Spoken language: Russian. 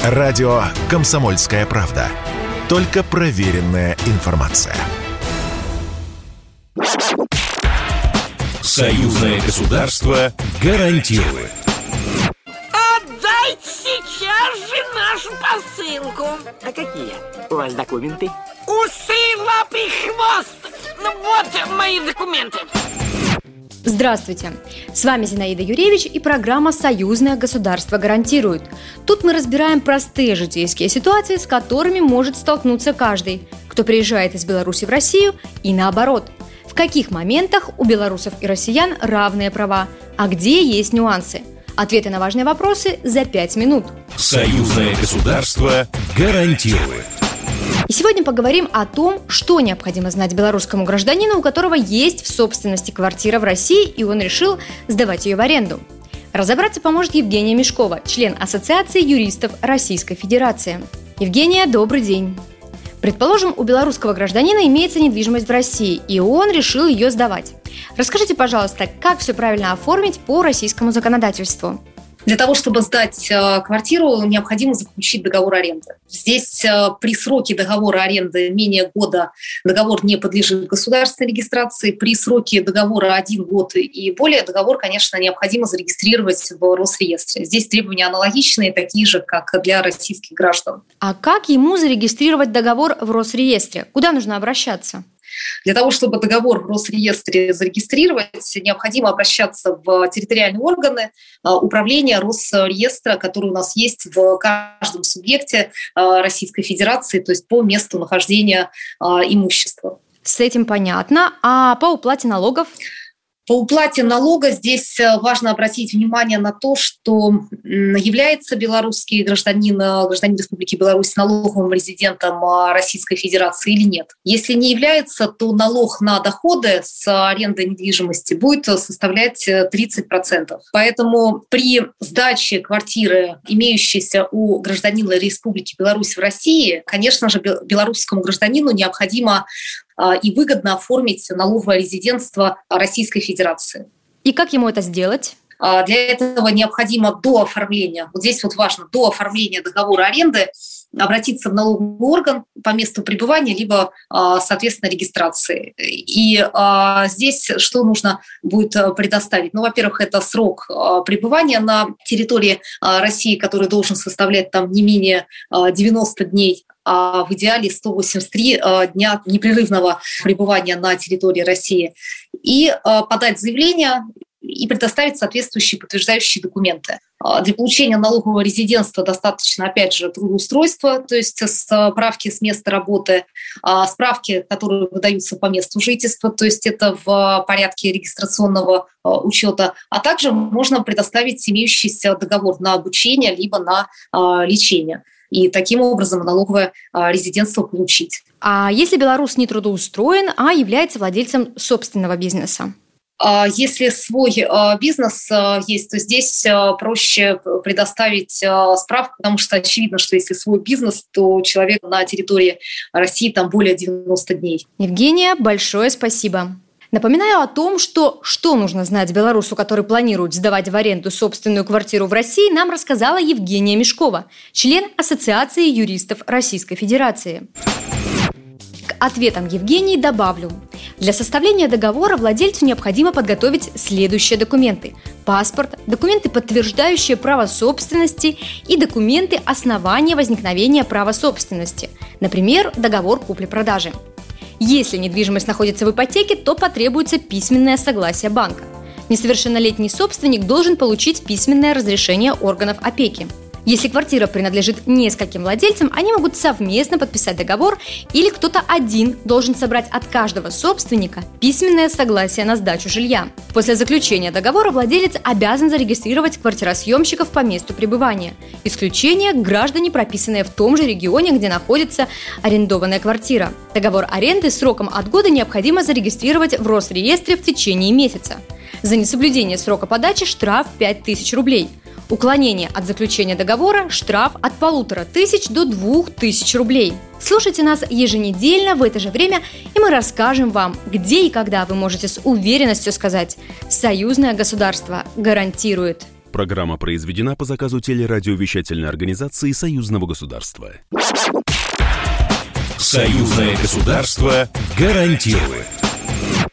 Радио «Комсомольская правда». Только проверенная информация. Союзное государство гарантирует. Отдайте сейчас же нашу посылку. А какие у вас документы? Усы, лапы, хвост. Ну вот мои документы. Здравствуйте! С вами Зинаида Юревич и программа «Союзное государство гарантирует». Тут мы разбираем простые житейские ситуации, с которыми может столкнуться каждый, кто приезжает из Беларуси в Россию и наоборот. В каких моментах у белорусов и россиян равные права, а где есть нюансы? Ответы на важные вопросы за 5 минут. Союзное государство гарантирует. И сегодня поговорим о том, что необходимо знать белорусскому гражданину, у которого есть в собственности квартира в России, и он решил сдавать ее в аренду. Разобраться поможет Евгения Мешкова, член Ассоциации юристов Российской Федерации. Евгения, добрый день. Предположим, у белорусского гражданина имеется недвижимость в России, и он решил ее сдавать. Расскажите, пожалуйста, как все правильно оформить по российскому законодательству? Для того, чтобы сдать квартиру, необходимо заключить договор аренды. Здесь при сроке договора аренды менее года договор не подлежит государственной регистрации. При сроке договора 1 год и более договор, конечно, необходимо зарегистрировать в Росреестре. Здесь требования аналогичные, такие же, как для российских граждан. А как ему зарегистрировать договор в Росреестре? Куда нужно обращаться? Для того, чтобы договор в Росреестре зарегистрировать, необходимо обращаться в территориальные органы управления Росреестра, которые у нас есть в каждом субъекте Российской Федерации, то есть по месту нахождения имущества. С этим понятно. А по уплате налогов? По уплате налога здесь важно обратить внимание на то, что является белорусский гражданин Республики Беларусь налоговым резидентом Российской Федерации или нет. Если не является, то налог на доходы с аренды недвижимости будет составлять 30%. Поэтому при сдаче квартиры, имеющейся у гражданина Республики Беларусь в России, конечно же, белорусскому гражданину необходимо и выгодно оформить налоговое резидентство Российской Федерации. И как ему это сделать? Для этого необходимо до оформления, вот здесь вот важно, до оформления договора аренды обратиться в налоговый орган по месту пребывания, либо, соответственно, регистрации. И здесь что нужно будет предоставить? Ну, во-первых, это срок пребывания на территории России, который должен составлять там не менее 90 дней, а в идеале 183 дня непрерывного пребывания на территории России. И подать заявление и предоставить соответствующие подтверждающие документы. Для получения налогового резидентства достаточно, опять же, трудоустройства, то есть справки с места работы, справки, которые выдаются по месту жительства, то есть это в порядке регистрационного учета, а также можно предоставить имеющийся договор на обучение либо на лечение. И таким образом налоговое резидентство получить. А если белорус не трудоустроен, а является владельцем собственного бизнеса? Если свой бизнес есть, то здесь проще предоставить справку, потому что очевидно, что если свой бизнес, то человек на территории России там более 90 дней. Евгения, большое спасибо. Напоминаю о том, что нужно знать белорусу, который планирует сдавать в аренду собственную квартиру в России, нам рассказала Евгения Мешкова, член Ассоциации юристов Российской Федерации. К ответам Евгении добавлю. Для составления договора владельцу необходимо подготовить следующие документы: паспорт, документы, подтверждающие право собственности, и документы основания возникновения права собственности, например, договор купли-продажи. Если недвижимость находится в ипотеке, то потребуется письменное согласие банка. Несовершеннолетний собственник должен получить письменное разрешение органов опеки. Если квартира принадлежит нескольким владельцам, они могут совместно подписать договор, или кто-то один должен собрать от каждого собственника письменное согласие на сдачу жилья. После заключения договора владелец обязан зарегистрировать квартиросъемщиков по месту пребывания. Исключение – граждане, прописанные в том же регионе, где находится арендованная квартира. Договор аренды сроком от года необходимо зарегистрировать в Росреестре в течение месяца. За несоблюдение срока подачи штраф 5000 рублей. Уклонение от заключения договора – штраф от 1500 до 2000 рублей. Слушайте нас еженедельно в это же время, и мы расскажем вам, где и когда вы можете с уверенностью сказать: «Союзное государство гарантирует». Программа произведена по заказу телерадиовещательной организации Союзного государства. Союзное государство гарантирует.